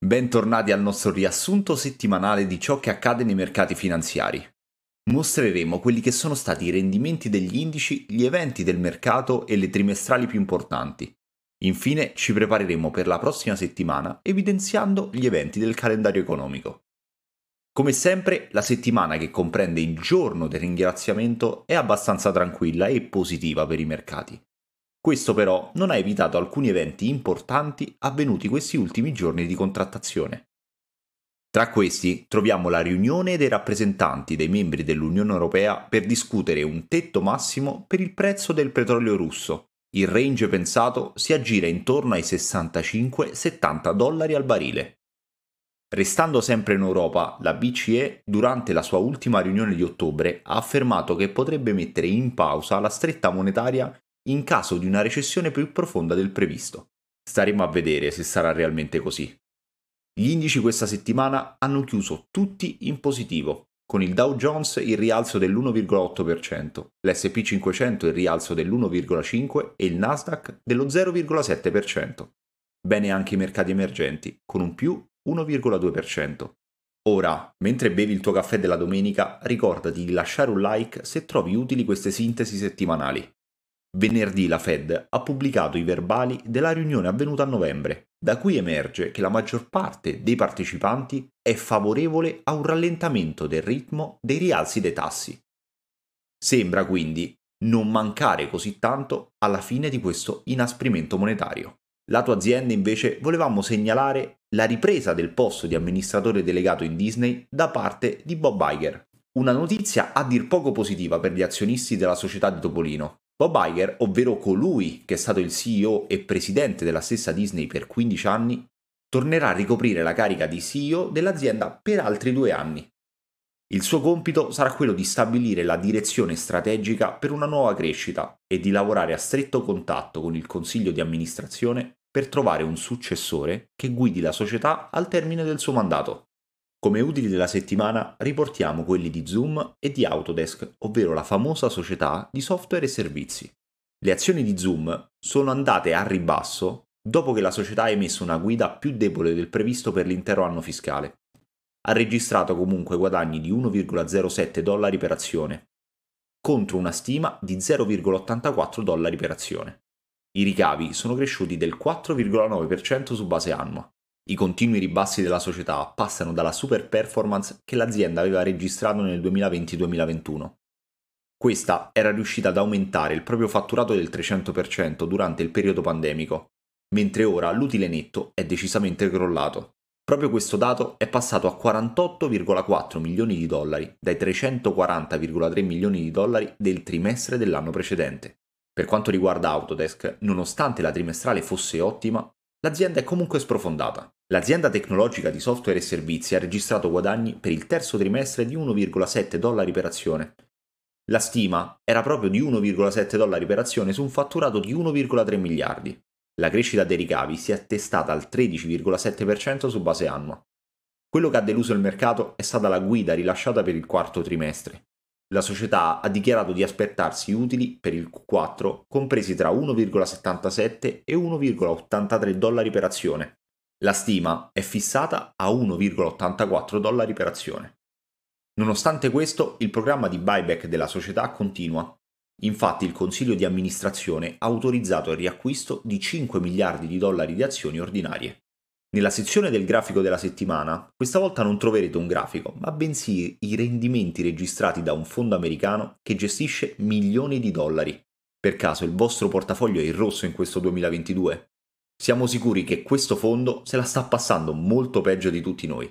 Bentornati al nostro riassunto settimanale di ciò che accade nei mercati finanziari. Mostreremo quelli che sono stati i rendimenti degli indici, gli eventi del mercato e le trimestrali più importanti. Infine ci prepareremo per la prossima settimana evidenziando gli eventi del calendario economico. Come sempre, la settimana che comprende il giorno del ringraziamento è abbastanza tranquilla e positiva per i mercati. Questo però non ha evitato alcuni eventi importanti avvenuti questi ultimi giorni di contrattazione. Tra questi troviamo la riunione dei rappresentanti dei membri dell'Unione Europea per discutere un tetto massimo per il prezzo del petrolio russo. Il range pensato si aggira intorno ai 65-70 dollari al barile. Restando sempre in Europa, la BCE, durante la sua ultima riunione di ottobre, ha affermato che potrebbe mettere in pausa la stretta monetaria in caso di una recessione più profonda del previsto. Staremo a vedere se sarà realmente così. Gli indici questa settimana hanno chiuso tutti in positivo, con il Dow Jones il rialzo dell'1,8%, l'S&P 500 il rialzo dell'1,5% e il Nasdaq dello 0,7%. Bene anche i mercati emergenti, con un più 1,2%. Ora, mentre bevi il tuo caffè della domenica, ricordati di lasciare un like se trovi utili queste sintesi settimanali. Venerdì la Fed ha pubblicato i verbali della riunione avvenuta a novembre, da cui emerge che la maggior parte dei partecipanti è favorevole a un rallentamento del ritmo dei rialzi dei tassi. Sembra quindi non mancare così tanto alla fine di questo inasprimento monetario. Lato aziende invece volevamo segnalare la ripresa del posto di amministratore delegato in Disney da parte di Bob Iger. Una notizia a dir poco positiva per gli azionisti della società di Topolino. Bob Iger, ovvero colui che è stato il CEO e presidente della stessa Disney per 15 anni, tornerà a ricoprire la carica di CEO dell'azienda per altri 2 anni. Il suo compito sarà quello di stabilire la direzione strategica per una nuova crescita e di lavorare a stretto contatto con il consiglio di amministrazione per trovare un successore che guidi la società al termine del suo mandato. Come utili della settimana riportiamo quelli di Zoom e di Autodesk, ovvero la famosa società di software e servizi. Le azioni di Zoom sono andate a ribasso dopo che la società ha emesso una guida più debole del previsto per l'intero anno fiscale. Ha registrato comunque guadagni di 1,07 dollari per azione, contro una stima di 0,84 dollari per azione. I ricavi sono cresciuti del 4,9% su base annua. I continui ribassi della società passano dalla super performance che l'azienda aveva registrato nel 2020-2021. Questa era riuscita ad aumentare il proprio fatturato del 300% durante il periodo pandemico, mentre ora l'utile netto è decisamente crollato. Proprio questo dato è passato a 48,4 milioni di dollari dai 340,3 milioni di dollari del trimestre dell'anno precedente. Per quanto riguarda Autodesk, nonostante la trimestrale fosse ottima, l'azienda è comunque sprofondata. L'azienda tecnologica di software e servizi ha registrato guadagni per il terzo trimestre di 1,7 dollari per azione. La stima era proprio di 1,7 dollari per azione su un fatturato di 1,3 miliardi. La crescita dei ricavi si è attestata al 13,7% su base annua. Quello che ha deluso il mercato è stata la guida rilasciata per il quarto trimestre. La società ha dichiarato di aspettarsi utili per il Q4 compresi tra 1,77 e 1,83 dollari per azione. La stima è fissata a 1,84 dollari per azione. Nonostante questo, il programma di buyback della società continua. Infatti il consiglio di amministrazione ha autorizzato il riacquisto di 5 miliardi di dollari di azioni ordinarie. Nella sezione del grafico della settimana, questa volta non troverete un grafico, ma bensì i rendimenti registrati da un fondo americano che gestisce milioni di dollari. Per caso il vostro portafoglio è in rosso in questo 2022? Siamo sicuri che questo fondo se la sta passando molto peggio di tutti noi.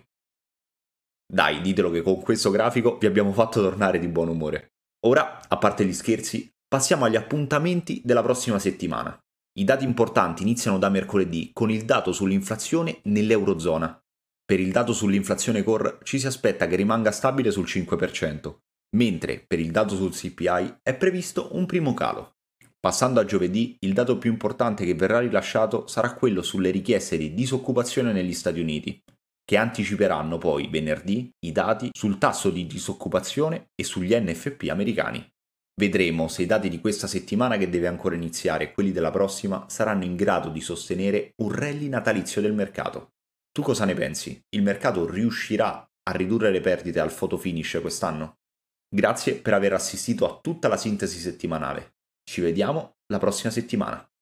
Dai, ditelo che con questo grafico vi abbiamo fatto tornare di buon umore. Ora, a parte gli scherzi, passiamo agli appuntamenti della prossima settimana. I dati importanti iniziano da mercoledì con il dato sull'inflazione nell'Eurozona. Per il dato sull'inflazione core ci si aspetta che rimanga stabile sul 5%, mentre per il dato sul CPI è previsto un primo calo. Passando a giovedì, il dato più importante che verrà rilasciato sarà quello sulle richieste di disoccupazione negli Stati Uniti, che anticiperanno poi venerdì i dati sul tasso di disoccupazione e sugli NFP americani. Vedremo se i dati di questa settimana che deve ancora iniziare e quelli della prossima saranno in grado di sostenere un rally natalizio del mercato. Tu cosa ne pensi? Il mercato riuscirà a ridurre le perdite al photo finish quest'anno? Grazie per aver assistito a tutta la sintesi settimanale. Ci vediamo la prossima settimana.